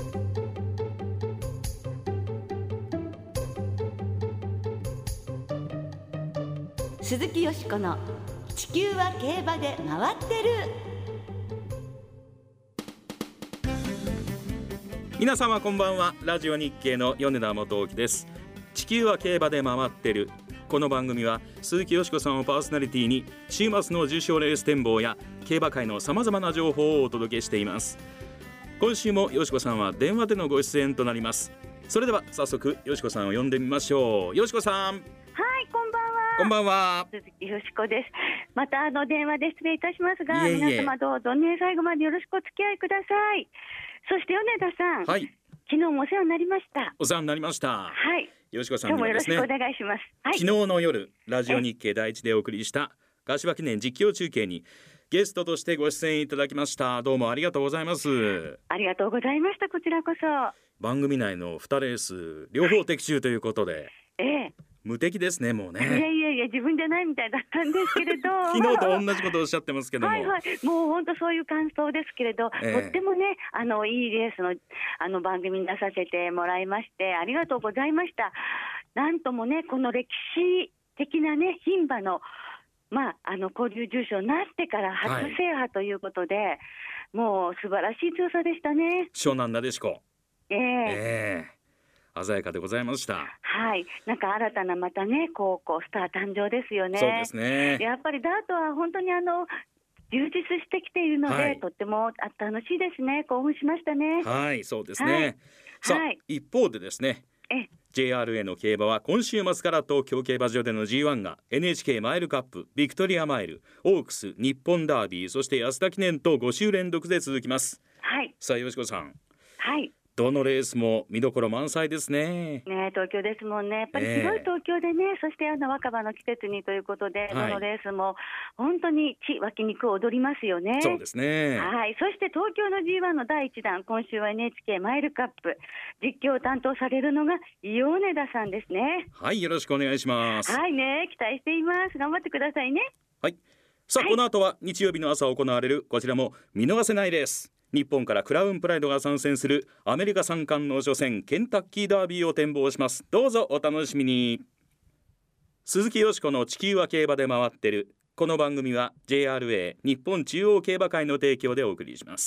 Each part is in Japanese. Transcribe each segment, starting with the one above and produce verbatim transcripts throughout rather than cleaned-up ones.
鈴木よしこの地球は競馬で回ってる。 皆様こんばんは。ラジオ日経の米田元興です。地球は競馬で回ってる。この番組は鈴木よしこさんをパーソナリティに週末の重賞レース展望や競馬界のさまざまな情報をお届けしています。今週もよしこさんは電話でのご出演となります。それでは早速よしこさんを呼んでみましょう。よしこさん。 はい、こんばんは。 こんばんは。 鈴木よしこです。またあの電話で失礼いたしますが、 いえいえ皆様どうぞね、最後までよろしくお付き合いください。そして米田さん、 はい、 昨日もお世話になりました。 お世話になりました。 はい、 よしこさんにはですね、 今日もよろしくお願いします。はい、 昨日の夜ラジオ日経第一でお送りした柏記念実況中継にゲストとしてご出演いただきました。どうもありがとうございます。 ありがとうございました。こちらこそ。 番組内のにレース両方的中ということで、はい、 ええ、 無敵ですね。もうね、 いやいやいや、自分でないみたいだったんですけれど昨日と同じことをおっしゃってますけども、 はいはい、もう本当そういう感想ですけれど、 ええ、 とってもね、あのいいレースの、あの番組に出させてもらいましてありがとうございました。なんともね、この歴史的なね、牝馬のまあ、あの交流重賞になってから初制覇ということで、はい、もう素晴らしい強さでしたね。 湘南なでしこ、 えーえー、鮮やかでございました。 はい、なんか新たなまたね、こうこうスター誕生ですよね。 そうですね。 やっぱりダートは本当にあの充実してきているので、はい、とっても楽しいですね。興奮しましたね。 はい、そうですね。はい、さあ、はい、一方でですね、 えジェイアールエー の競馬は今週末から東京競馬場での ジーワン が エヌエイチケー マイルカップ、ビクトリアマイル、オークス、日本ダービー、そして安田記念とご週連続で続きます。 はい、 さあよしこさん、 はい、 どのレースも見どころ満載ですね。 ね、東京ですもんね。やっぱり広い東京でね、えー、そしてあの若葉の季節にということで、はい、どのレースも本当に血湧き肉を踊りますよね。 そうですね。 はい、そして東京の ジーワン のだいいちだん、今週は エヌエイチケー マイルカップ、実況を担当されるのが米田さんですね。 はい、よろしくお願いします。 はいね、期待しています。頑張ってくださいね。 はい、さあ、はい、この後は日曜日の朝行われるこちらも見逃せないレース、日本からクラウンプライドが参戦するアメリカ三冠の初戦ケンタッキーダービーを展望します。どうぞお楽しみに。鈴木よしこの地球は競馬で回ってる。この番組は ジェイアールエー 日本中央競馬会の提供でお送りします。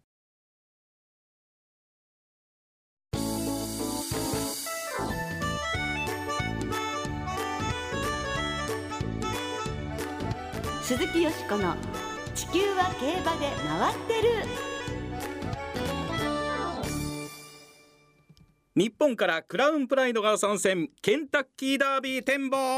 鈴木よしこの地球は競馬で回ってる。 日本からクラウンプライドが参戦、ケンタッキーダービー展望。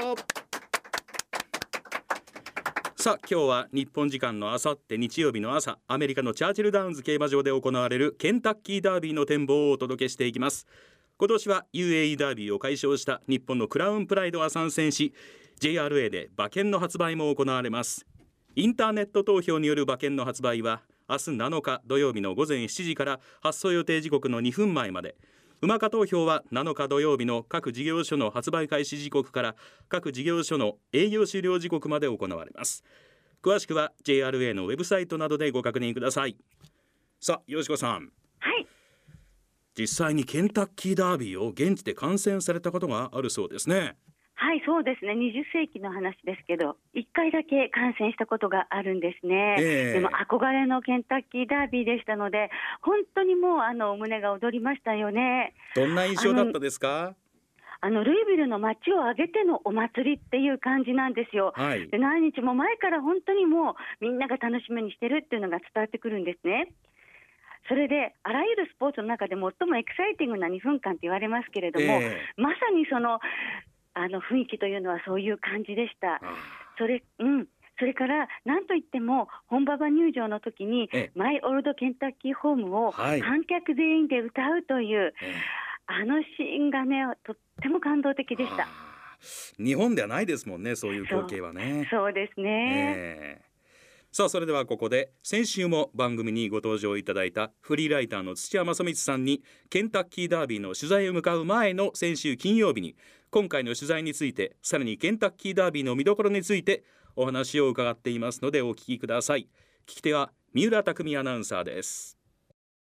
さあ、今日は日本時間のあさって日曜日の朝、アメリカのチャーチルダウンズ競馬場で行われるケンタッキーダービーの展望をお届けしていきます。今年は ユーエーイー ダービーを解消した日本のクラウンプライドが参戦し、 ジェイアールエー で馬券の発売も行われます。インターネット投票による馬券の発売は明日なのか土曜日の午前しちじから発送予定時刻のにふんまえまで、馬価投票はなのか土曜日の各事業所の発売開始時刻から各事業所の営業終了時刻まで行われます。詳しくは ジェイアールエー のウェブサイトなどでご確認ください。さあよしこさん、 はい、 実際にケンタッキーダービーを現地で観戦されたことがあるそうですね。 はい、そうですね。にじゅっせいきの話ですけどいっかいだけ観戦したことがあるんですね。えー、でも憧れのケンタッキーダービーでしたので、本当にもうあの胸が躍りましたよね。 どんな印象だったですか？ あのルイビルの街を挙げてのお祭りっていう感じなんですよ。はい、で何日も前から本当にもうみんなが楽しみにしてるっていうのが伝わってくるんですね。それであらゆるスポーツの中で最もエキサイティングなにふんかんって言われますけれども、えー、まさにそのあの雰囲気というのはそういう感じでした。それ、うん、それから何といっても本馬場入場の時にマイオールドケンタッキーホームを観客全員で歌うという、はい、あのシーンがねとっても感動的でした。 日本ではないですもんね、そういう光景はね。 そう、そうですね、 えーさあ、それではここで先週も番組にご登場いただいたフリーライターの土屋正光さんにケンタッキーダービーの取材を向かう前の先週金曜日に今回の取材について、さらにケンタッキーダービーの見どころについてお話を伺っていますのでお聞きください。聞き手は三浦拓実アナウンサーです。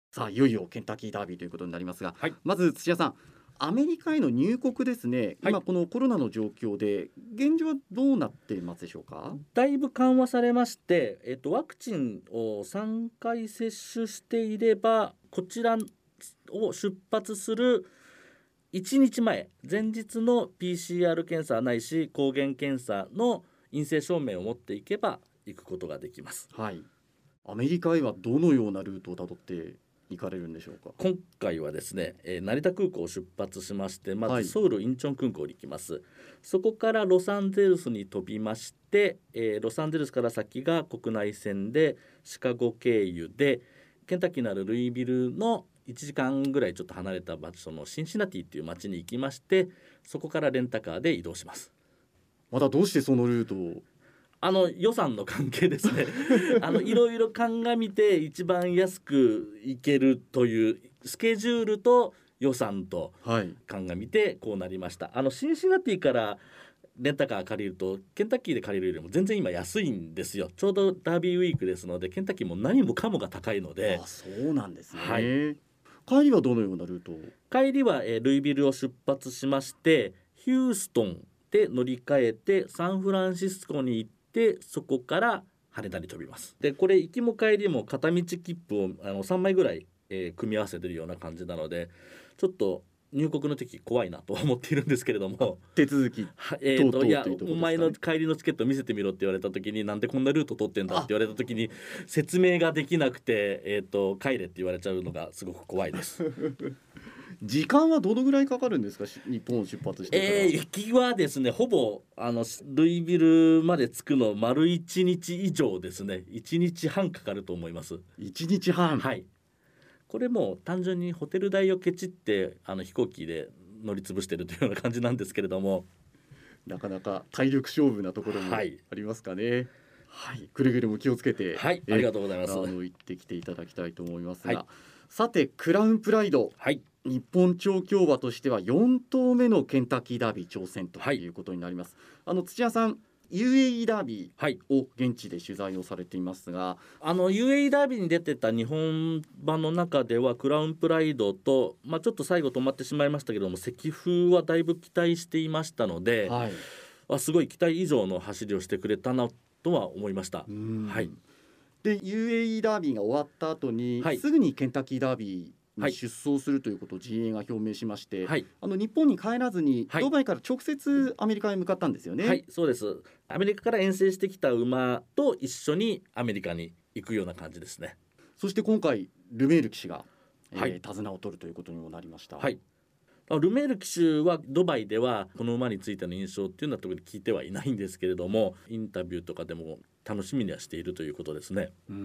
さあいよいよケンタッキーダービーということになりますが、 はい、 まず土屋さん、アメリカへの入国ですね、はい、今このコロナの状況で現状はどうなっていますでしょうか。 だいぶ緩和されまして、えっと、ワクチンをさんかい接種していればこちらを出発するいちにちまえ前日の ピーシーアール 検査ないし抗原検査の陰性証明を持っていけば行くことができます、 はい、アメリカへはどのようなルートをたどって行かれるんでしょうか。 今回はですね、えー、成田空港を出発しまして、まずソウルインチョン空港に行きます、はい、そこからロサンゼルスに飛びまして、えー、ロサンゼルスから先が国内線でシカゴ経由でケンタッキーのあるルイビルのいちじかんぐらいちょっと離れた場所のシンシナティっていう町に行きまして、そこからレンタカーで移動します。 またどうしてそのルートを。 あの予算の関係ですねあのいろいろ鑑みて一番安く行けるというスケジュールと予算と鑑みてこうなりました、はい、あのシンシナティからレンタカー借りるとケンタッキーで借りるよりも全然今安いんですよ。ちょうどダービーウィークですのでケンタッキーも何もかもが高いので。 あ、そうなんですね、 はい、 帰りはどのようなルートを。 帰りは、えー、ルイビルを出発しましてヒューストンで乗り換えてサンフランシスコに行ってそこから羽田に飛びます。でこれ行きも帰りも片道切符をあのさんまいぐらい、えー、組み合わせてるような感じなのでちょっと入国の時怖いなと思っているんですけれども、 手続きえーといやお前の帰りのチケット見せてみろって言われた時になんでこんなルート取ってんだって言われた時に説明ができなくて、えーと帰れって言われちゃうのがすごく怖いです時間はどのぐらいかかるんですか、日本を出発してから。 えー、行きはですねほぼあのルイビルまで着くの丸いちにち以上ですね。いちにちはんかかると思います。 いちにちはん。 はい、これも単純にホテル代をケチってあの飛行機で乗り潰してるというような感じなんですけれども、 なかなか体力勝負なところもありますかね。はい、くれぐれも気をつけて、 はい、ありがとうございます。 あの行ってきていただきたいと思いますが、はい、さてクラウンプライド、はい、日本調教馬としてはよん頭目のケンタッキーダービー挑戦ということになります、はい、あの土屋さん ユーエーイー ダービーを現地で取材をされていますが、 あの ユーエーイー ダービーに出てた日本版の中ではクラウンプライドと、まあ、ちょっと最後止まってしまいましたけども石風はだいぶ期待していましたので、はい、あすごい期待以上の走りをしてくれたなとは思いました。はい、 で ユーエーイー ダービーが終わった後に、はい、すぐにケンタッキーダービーに出走するということを陣営が表明しまして、はい、あの日本に帰らずに、はい、ドバイから直接アメリカへ向かったんですよね。 はい、そうです。アメリカから遠征してきた馬と一緒にアメリカに行くような感じですね。 そして今回ルメール騎手が、はい、えー、手綱を取るということにもなりました。 はい、ルメール騎手はドバイではこの馬についての印象っていうのは特に聞いてはいないんですけれども、インタビューとかでも楽しみにはしているということですね。 うん、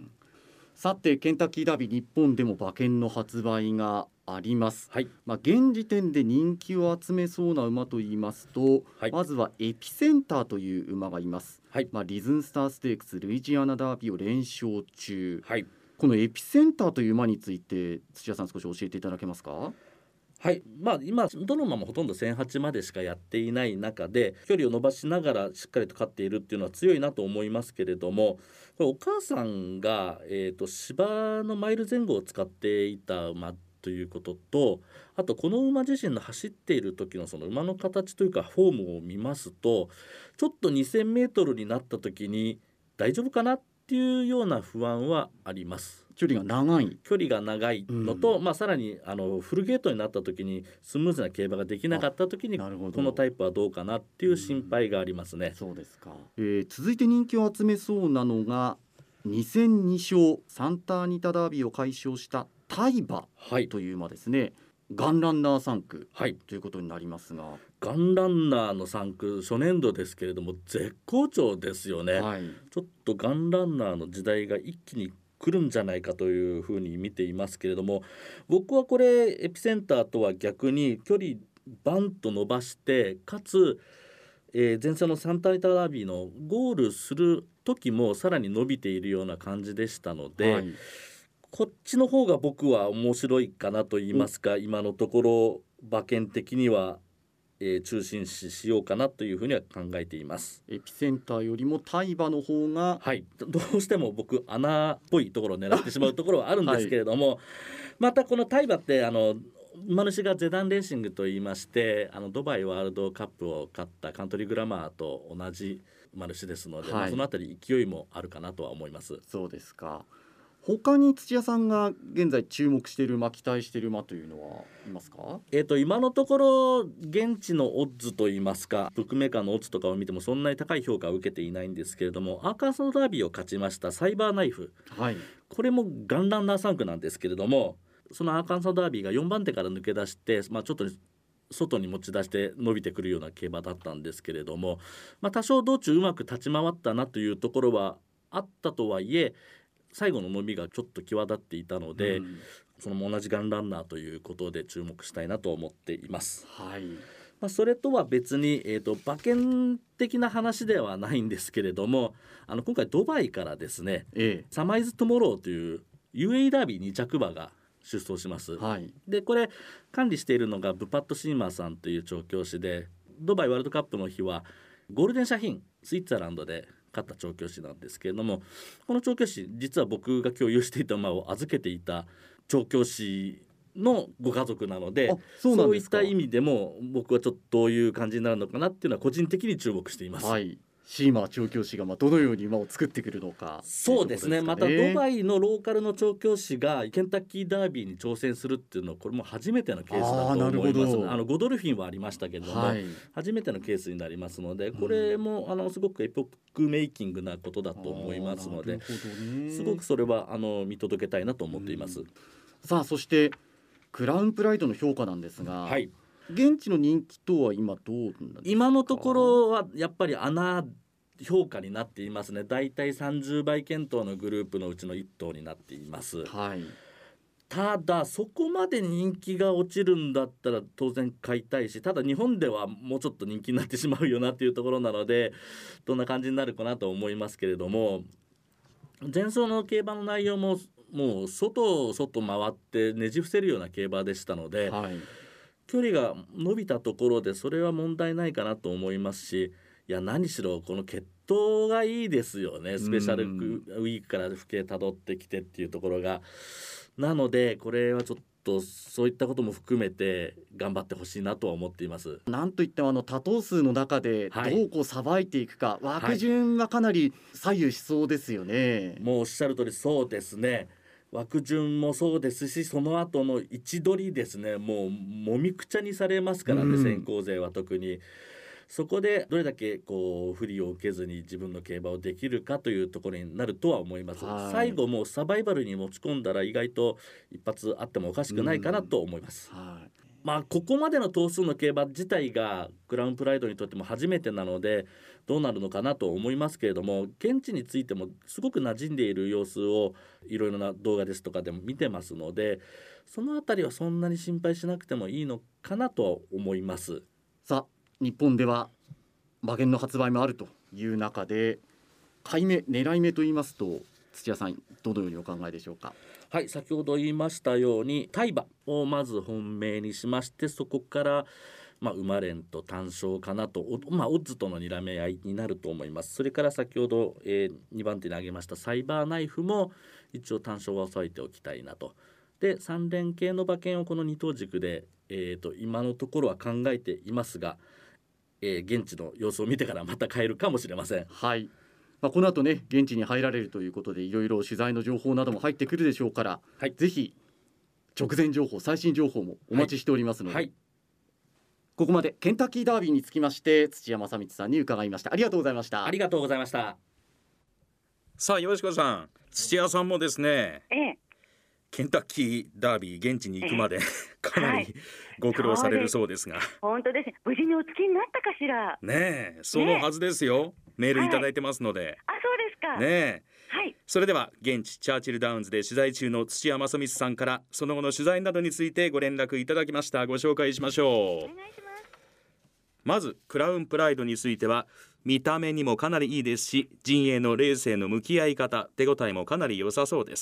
さてケンタッキーダービー日本でも馬券の発売があります、はい、まあ、現時点で人気を集めそうな馬といいますと、はい、まずはエピセンターという馬がいます、はい、まあ、リズンスターステークスルイジアナダービーを連勝中、はい、このエピセンターという馬について土屋さん少し教えていただけますか。 はい、まあ、今どの馬もほとんどせんはちまでしかやっていない中で距離を伸ばしながらしっかりと勝っているっていうのは強いなと思いますけれども、これお母さんが、えーと、芝のマイル前後を使っていた馬ということと、あとこの馬自身の走っている時のその馬の形というかフォームを見ますとちょっとにせんメートルになった時に大丈夫かなっていうような不安はあります。 距離が長い距離が長いのと、うん、まあ、さらにあのフルゲートになった時にスムーズな競馬ができなかった時にこのタイプはどうかなっていう心配がありますね。 うん、そうですか。えー、続いて人気を集めそうなのがに戦に勝サンタアニタダービーを快勝したタイバという馬ですね、はい、ガンランナーさん区、はい、ということになりますが、 ガンランナーのさん区初年度ですけれども絶好調ですよね。はい、ちょっとガンランナーの時代が一気に来るんじゃないかというふうに見ていますけれども、僕はこれエピセンターとは逆に距離バンと伸ばしてかつ、えー、前線のサンタアニタダービーのゴールする時もさらに伸びているような感じでしたので、はい、こっちの方が僕は面白いかなと言いますか、今のところ馬券的には、 えー、中心視しようかなというふうには考えています。 エピセンターよりもタイ馬の方が、 はい、どうしても僕穴っぽいところを狙ってしまうところはあるんですけれども、はい、またこのタイ馬ってあの馬主がゼダンレーシングといいまして、あのドバイワールドカップを勝ったカントリーグラマーと同じ馬主ですので、はい、まあ、そのあたり勢いもあるかなとは思います。 そうですか。他に土屋さんが現在注目している馬、期待している馬というのはいますか？ えーと今のところ現地のオッズといいますか、ブックメーカーのオッズとかを見てもそんなに高い評価を受けていないんですけれども、アーカンソーダービーを勝ちましたサイバーナイフ、はい、これもガンランナーさん区なんですけれども、そのアーカンソーダービーがよんばん手から抜け出して、まあ、ちょっと外に持ち出して伸びてくるような競馬だったんですけれども、まあ、多少道中うまく立ち回ったなというところはあったとはいえ、最後の伸びがちょっと際立っていたので、うん、その同じガンランナーということで注目したいなと思っています。 はい、 まあ、それとは別に、えーと、馬券的な話ではないんですけれども、あの今回ドバイからですね、ええ、サマイズトゥモローという ユーエーイー ダービーに着馬が出走します。はい、でこれ管理しているのがブパット・シーマーさんという調教師で、ドバイワールドカップの日はゴールデンシャヒンスイッツァーランドで勝った調教師なんですけれども、この調教師実は僕が共有していた馬を預けていた調教師のご家族なので、そうなんですか。そういった意味でも僕はちょっとどういう感じになるのかなっていうのは個人的に注目しています。 はい、シーマー調教師がまあどのように馬を作ってくるのか。 そうですね、またドバイのローカルの調教師がケンタッキーダービーに挑戦するっていうのはこれも初めてのケースだと思います。 あ, あのゴドルフィンはありましたけれども、はい、初めてのケースになりますので、これもあのすごくエポックメイキングなことだと思いますので、すごくそれはあの見届けたいなと思っています。 さあ、そしてクラウンプライドの評価なんですが、はい、現地の人気とは今どうなんですか？ 今のところはやっぱり穴評価になっていますね。だいたいさんじゅうばい検討のグループのうちのいっ頭になっています。はい、ただそこまで人気が落ちるんだったら当然買いたいし、ただ日本ではもうちょっと人気になってしまうよなっていうところなので、どんな感じになるかなと思いますけれども、前走の競馬の内容ももう外外回ってねじ伏せるような競馬でしたので、はい、距離が伸びたところでそれは問題ないかなと思いますし、いや何しろこの血統がいいですよね。スペシャルウィークから父兄たどってきてっていうところが、なのでこれはちょっとそういったことも含めて頑張ってほしいなとは思っています。 なんといってもあの多頭数の中でどうこうさばいていくか、はい、枠順がかなり左右しそうですよね。はい、 もうおっしゃる通りそうですね。枠順もそうですし、その後の位置取りですね、もうもみくちゃにされますからね、先行勢は特に。そこでどれだけこう不利を受けずに自分の競馬をできるかというところになるとは思います。はい、最後もうサバイバルに持ち込んだら意外と一発あってもおかしくないかなと思います。はい、まあ、ここまでの頭数の競馬自体がクラウンプライドにとっても初めてなのでどうなるのかなと思いますけれども、現地についてもすごく馴染んでいる様子をいろいろな動画ですとかでも見てますので、そのあたりはそんなに心配しなくてもいいのかなとは思います。 さあ、日本では馬券の発売もあるという中で、買い目狙い目といいますと土屋さんどのようにお考えでしょうか？ はい、先ほど言いましたようにタイ馬をまず本命にしまして、そこからまあ馬連と単勝かなと、まあ、オッズとのにらめ合いになると思います。それから先ほど、えー、にばん手に挙げましたサイバーナイフも一応単勝は抑えておきたいなと。でさん連系の馬券をこのに頭軸で、えー、と今のところは考えていますが、えー、現地の様子を見てからまた変えるかもしれません。 はい、まあ、この後ね現地に入られるということでいろいろ取材の情報なども入ってくるでしょうから、はい、ぜひ直前情報最新情報もお待ちしておりますので、はいはい、ここまでケンタッキーダービーにつきまして土屋正光さんに伺いました。ありがとうございました。 ありがとうございました。 さあよしこさん、土屋さんもですね、ええ、ケンタッキーダービー現地に行くまでかなりご苦労されるそうですが、はい、 本当ですね。無事にお着きになったかしら。 ねえ、そのはずですよ、ね、メールいただいてますので、はい、 あ、そうですか。 ねえ、はい、それでは現地チャーチルダウンズで取材中の土屋正光さんからその後の取材などについてご連絡いただきました。ご紹介しましょう。お願いします。まずクラウンプライドについては見た目にもかなりいいですし、陣営のレースへの向き合い方、手応えもかなり良さそうです。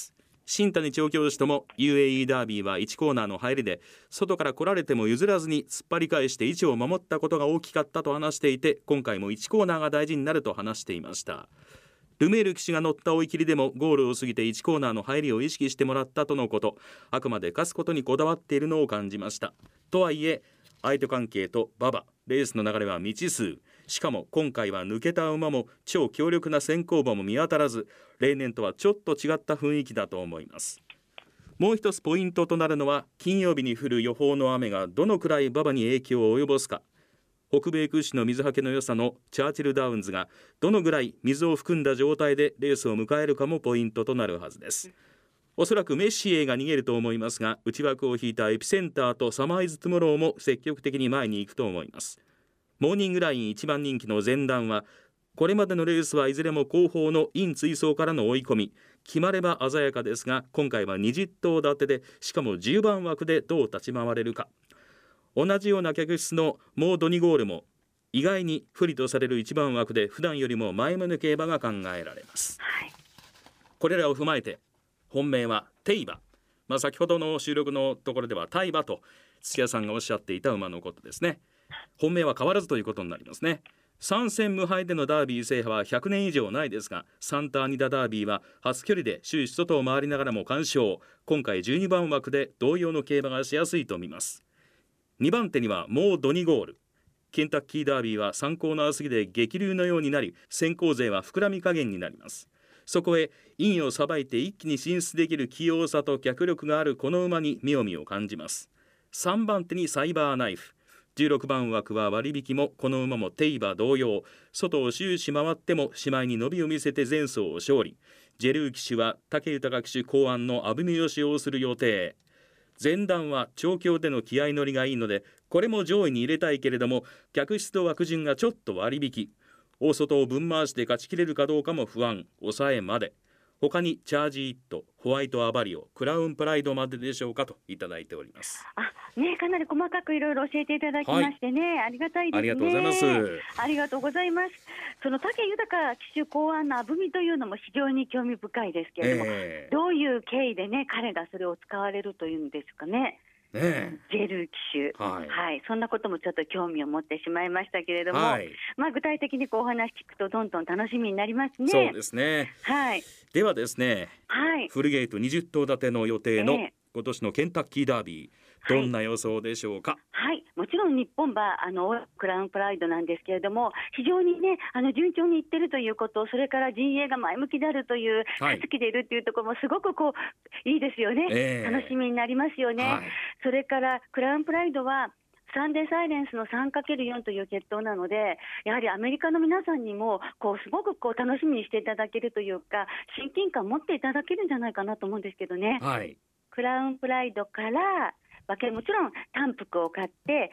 新谷調教師とも ユーエーイー ダービーはいちコーナーの入りで外から来られても譲らずに突っ張り返して位置を守ったことが大きかったと話していて、今回もいちコーナーが大事になると話していました。ルメール騎手が乗った追い切りでもゴールを過ぎていちコーナーの入りを意識してもらったとのこと。あくまで勝つことにこだわっているのを感じました。とはいえ相手関係と馬場、レースの流れは未知数、しかも今回は抜けた馬も超強力な先行馬も見当たらず、例年とはちょっと違った雰囲気だと思います。もう一つポイントとなるのは金曜日に降る予報の雨がどのくらい馬場に影響を及ぼすか。北米屈指の水はけの良さのチャーチルダウンズがどのぐらい水を含んだ状態でレースを迎えるかもポイントとなるはずです。おそらくメッシエが逃げると思いますが、内枠を引いたエピセンターとサマイズトゥモローも積極的に前に行くと思います。モーニングラインいちばん人気の前段はこれまでのレースはいずれも後方のイン追走からの追い込み、決まれば鮮やかですが、今回はにじゅっ頭立てで、しかもじゅうばん枠でどう立ち回れるか。同じような客室のモードにゴールも意外に不利とされるいちばん枠で普段よりも前向き競馬が考えられます、はい、これらを踏まえて本命はテイバ、まあ、先ほどの収録のところではタイバと土屋さんがおっしゃっていた馬のことですね。本命は変わらずということになりますね。さん戦無敗でのダービー制覇はひゃくねん以上ないですが、サンターニダダービーは初距離で終始外を回りながらも完勝。今回じゅうにばん枠で同様の競馬がしやすいと見ます。にばん手にはモードニゴール。ケンタッキーダービーはさんコーナー過ぎで激流のようになり、先行勢は膨らみ加減になります。そこへインをさばいて一気に進出できる器用さと脚力があるこの馬に妙味を感じます。さんばん手にサイバーナイフ、じゅうろくばん枠は割引もこの馬もテイバ同様、外を終始回ってもしまいに伸びを見せて前走を勝利。ジェルー騎手は武豊騎手考案のアブミを使用する予定。前段は調教での気合乗りがいいのでこれも上位に入れたいけれども、客室と枠順がちょっと割引、大外をぶん回して勝ちきれるかどうかも不安。抑えまで。他にチャージイット、ホワイトアバリオ、クラウンプライドまででしょうかといただいております。 あ、ね、かなり細かくいろいろ教えていただきましてね、はい、ありがたいですね。 ありがとうございます。 ありがとうございます。その武豊騎手考案のアブミというのも非常に興味深いですけれども、えー、どういう経緯でね彼がそれを使われるというんですかね。ね、ジェル騎手、はいはい、そんなこともちょっと興味を持ってしまいましたけれども、はい、まあ、具体的にこうお話聞くとどんどん楽しみになりますね。 そうですね、はい、ではですね、はい、フルゲートにじゅっ頭立ての予定の今年のケンタッキーダービー、えー、どんな予想でしょうか。 はい、はい、もちろん日本馬あのクラウンプライドなんですけれども、非常にねあの順調にいってるということ、それから陣営が前向きであるという、はい、好きでいるっていうところもすごくこういいですよね、えー、楽しみになりますよね、はい、それからクラウンプライドはサンデーサイレンスの さんかけるよん という血統なので、やはりアメリカの皆さんにもこうすごくこう楽しみにしていただけるというか、親近感を持っていただけるんじゃないかなと思うんですけどね、はい、クラウンプライドからもちろん単服を買って、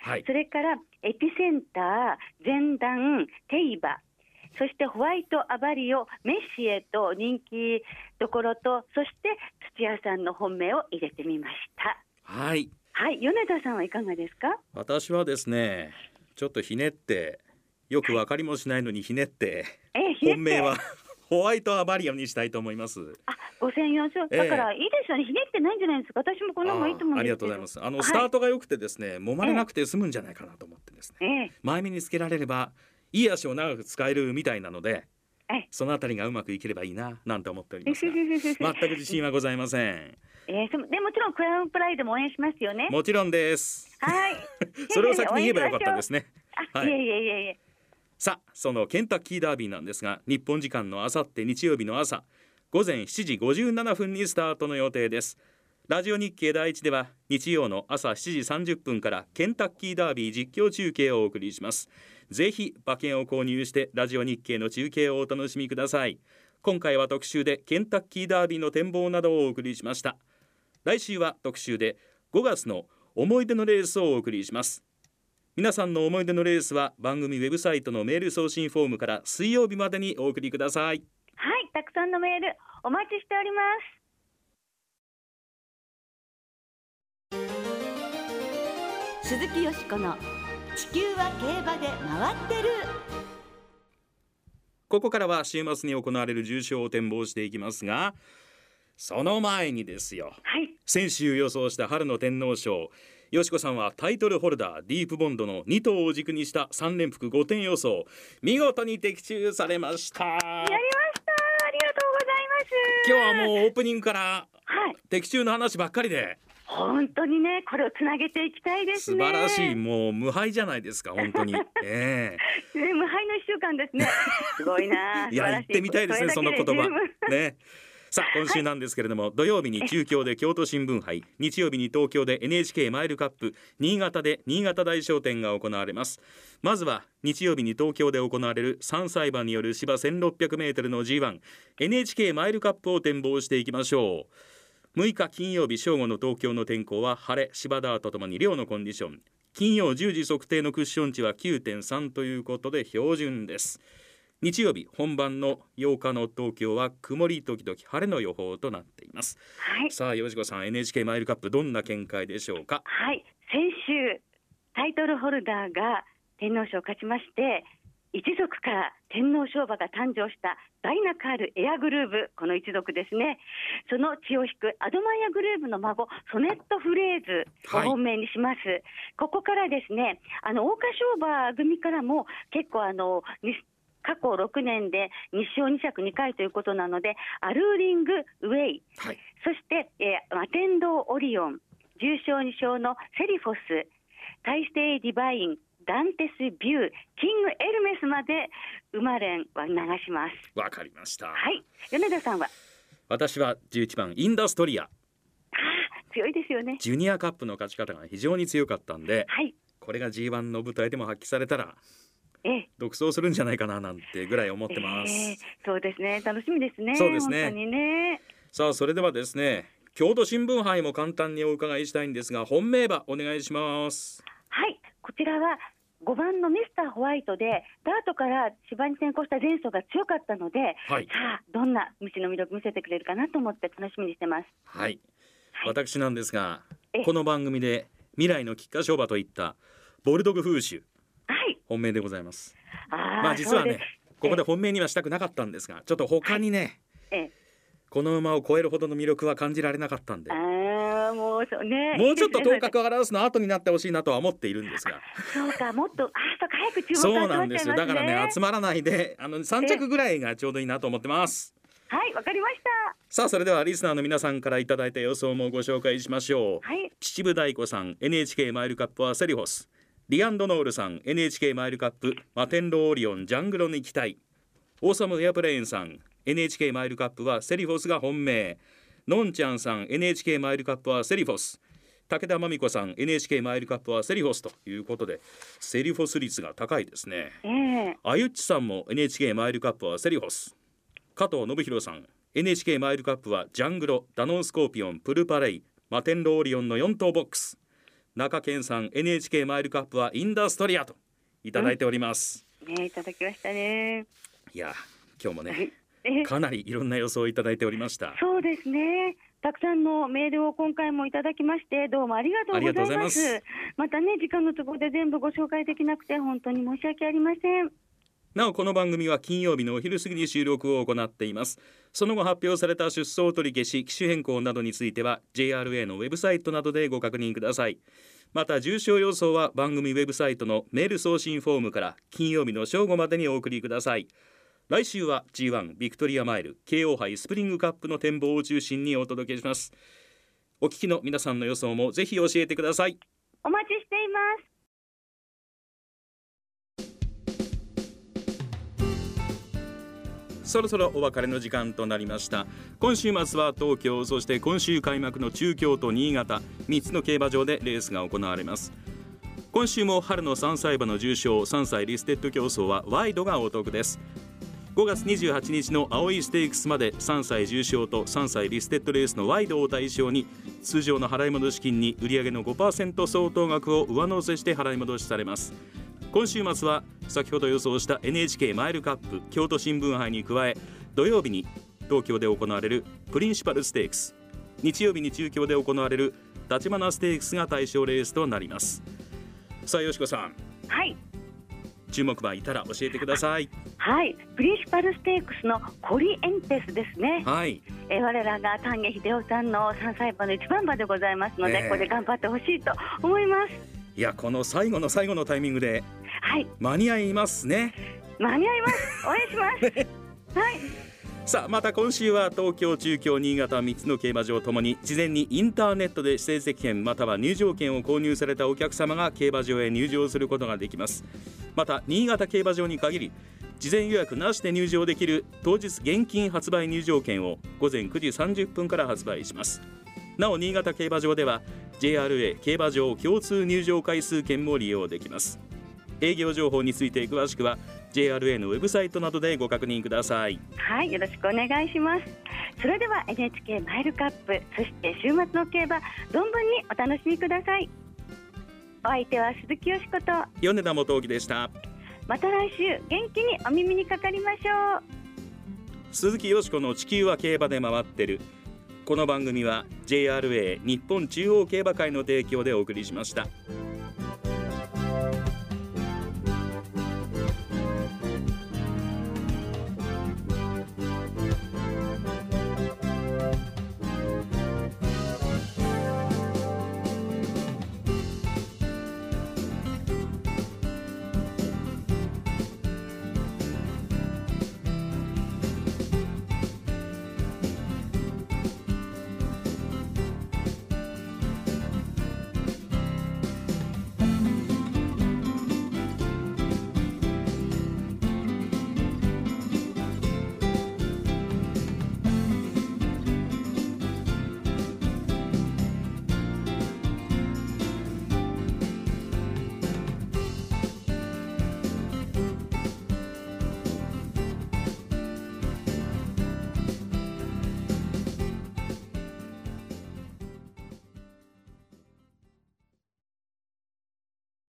はい、それからエピセンター、前段、テイバ、そしてホワイトアバリオ、メッシエと人気どころと、そして土屋さんの本命を入れてみました。 はい、 はい、米田さんはいかがですか。 私はですね、ちょっとひねって、よく分かりもしないのにひねって、はい、本命はホワイトアバリオにしたいと思います。 あ、ごせんよんひゃくだからいいですよね、ひねってないんじゃないですか。私もこの方がいいと思うんですけど。 あ, ありがとうございます。 あのスタートが良くてですね、はい、揉まれなくて済むんじゃないかなと思ってですね、えー、前目につけられればいい足を長く使えるみたいなので、えー、そのあたりがうまくいければいいななんて思っておりますが全く自信はございません。 えー、でもちろんクラウンプライドも応援しますよね。 もちろんです。 はいそれを先に言えばよかったですね。 あ、はい、いえいえいえいえ。 さあ、そのケンタッキーダービーなんですが、日本時間のあさって日曜日の朝ごぜんしちじごじゅうななふんにスタートの予定です。ラジオ日経第一では日曜の朝しちじさんじゅっぷんからケンタッキーダービー実況中継をお送りします。ぜひ馬券を購入してラジオ日経の中継をお楽しみください。今回は特集でケンタッキーダービーの展望などをお送りしました。来週は特集でごがつの思い出のレースをお送りします。皆さんの思い出のレースは番組ウェブサイトのメール送信フォームから水曜日までにお送りください。 はい、たくさんのメールお待ちしております。 鈴木よしこの地球は競馬で回ってる。 ここからは週末に行われる重賞を展望していきますが、 その前にですよ、 はい、 先週予想した春の天皇賞、よしこさんはタイトルホルダーディープボンドのに頭を軸にしたさん連複ごてん予想、見事に的中されました。 やりました。ありがとうございます。 今日はもうオープニングから、 はい、 的中の話ばっかりで、 本当にね、これをつなげていきたいですね。 素晴らしい、もう無敗じゃないですか本当に、えーね、無敗のいっしゅうかんですね。すごいな。 いや、言ってみたいですね、その言葉ね。さあ今週なんですけれども、はい、土曜日に中京で京都新聞杯、日曜日に東京で エヌエイチケー マイルカップ、新潟で新潟大賞典が行われます。まずは日曜日に東京で行われるさんさい馬による芝 せんろっぴゃくメートル の ジーワン エヌエイチケー マイルカップを展望していきましょう。むいか金曜日正午の東京の天候は晴れ、芝ダートともに良のコンディション。金曜じゅうじ測定のクッション値は きゅうてんさん ということで標準です。日曜日本番のようかの東京は曇り時々晴れの予報となっています、 はい、 さあよしこさん、 エヌエイチケー マイルカップどんな見解でしょうか。 はい、先週タイトルホルダーが天皇賞を勝ちまして、一族から天皇賞馬が誕生したダイナカールエアグルーヴ、この一族ですね。その血を引くアドマイヤグルーヴの孫ソネットフレーズを本命にします、はい、ここからですね、あの桜花賞馬組からも結構あの過去ろくねんでに勝に着にかいということなので、アルーリングウェイ、はい、そして、えー、マテンドーオリオン、じゅう勝に勝のセリフォス、大帝ディバイン、ダンテスビュー、キングエルメスまで馬連は流します。 わかりました。 はい、米田さんは。 私はじゅういちばんインダストリア。あ強いですよね。 ジュニアカップの勝ち方が非常に強かったんで、 はい、 これが ジーワン の舞台でも発揮されたらええ、 独走するんじゃないかななんてぐらい思ってます、えー、 そうですね、楽しみですね。 そうですね、 本当にね。 さあそれではですね、京都新聞杯も簡単にお伺いしたいんですが、本命馬お願いします。 はい、こちらはごばんのミスターホワイトでダートから芝に先行した前走が強かったので、はい、さあどんな道の魅力見せてくれるかなと思って楽しみにしてます。 はい、はい、私なんですが、この番組で未来の菊花賞馬といったボルドグフーシュ、はい、本命でございます。あ、まあ実はね、ここで本命にはしたくなかったんですが、ちょっと他にね、はい、この馬を超えるほどの魅力は感じられなかったんで、 あもうそうね、 もうちょっと頭角を現すの後になってほしいなとは思っているんですがそうか、もっとあそうか早く注目が集まっちゃいますね。 そうなんですよ、だからね、集まらないであのさん着ぐらいがちょうどいいなと思ってます。 はい、わかりました。 さあそれではリスナーの皆さんからいただいた予想もご紹介しましょう、はい、秩父大子さん エヌエイチケー マイルカップはセリフォス、リアンドノールさん エヌエイチケー マイルカップマテンローオリオンジャングロに期待、オーサムエアプレーンさん エヌエイチケー マイルカップはセリフォスが本命、のんちゃんさん エヌエイチケー マイルカップはセリフォス、武田真美子さん エヌエイチケー マイルカップはセリフォスということで、セリフォス率が高いですね、えー、あゆっちさんも エヌエイチケー マイルカップはセリフォス、加藤信弘さん エヌエイチケー マイルカップはジャングロ、ダノンスコーピオン、プルパレイ、マテンローリオンのよん頭ボックス、中堅さん エヌエイチケー マイルカップはインダストリアといただいております、 うんね、いただきましたね。 いや今日もねかなりいろんな予想をいただいておりました。 そうですね、たくさんのメールを今回もいただきまして、どうもありがとうございます。 ま, またね、時間の都合で全部ご紹介できなくて本当に申し訳ありません。 なおこの番組は金曜日のお昼過ぎに収録を行っています。その後発表された出走取り消し、機種変更などについては ジェイアールエー のウェブサイトなどでご確認ください。また重賞予想は番組ウェブサイトのメール送信フォームから金曜日の正午までにお送りください。来週は ジーワン ビクトリアマイル ケーオー 杯スプリングカップの展望を中心にお届けします。お聞きの皆さんの予想もぜひ教えてください。 お待ちしています。 そろそろお別れの時間となりました。今週末は東京、そして今週開幕の中京と新潟、みっつの競馬場でレースが行われます。今週も春のさんさい馬の重賞さんさいリステッド競争はワイドがお得です。ごがつにじゅうはちにちの青いステークスまでさんさい重賞とさんさいリステッドレースのワイドを対象に、通常の払い戻し金に売上の ごパーセント 相当額を上乗せして払い戻しされます。今週末は先ほど予想した エヌエイチケー マイルカップ京都新聞杯に加え、土曜日に東京で行われるプリンシパルステークス、日曜日に中京で行われる橘ステークスが対象レースとなります。さあよしこさん、 はい、 注目馬いたら教えてください。 はい、プリンシパルステークスのコリエンテスですね。 はい、 えー、我らが丹下秀夫さんのさんさい馬の一番馬でございますので、えー、ここで頑張ってほしいと思います。 いや、この最後の最後のタイミングで、はい、間に合いますね。 間に合います。応援しますはい。 さあ、また今週は東京、中京、新潟みっつの競馬場ともに事前にインターネットで指定席券または入場券を購入されたお客様が競馬場へ入場することができます。また新潟競馬場に限り事前予約なしで入場できる当日現金発売入場券をごぜんくじさんじゅっぷんから発売します。なお新潟競馬場では ジェイアールエー 競馬場共通入場回数券も利用できます。営業情報について詳しくは ジェイアールエー のウェブサイトなどでご確認ください。 はい、よろしくお願いします。それでは エヌエイチケー マイルカップ、そして週末の競馬存分にお楽しみください。お相手は鈴木よしこと米田元興でした。 また来週元気にお耳にかかりましょう。 鈴木よしこの地球は競馬で回ってる。この番組は ジェイアールエー 日本中央競馬会の提供でお送りしました。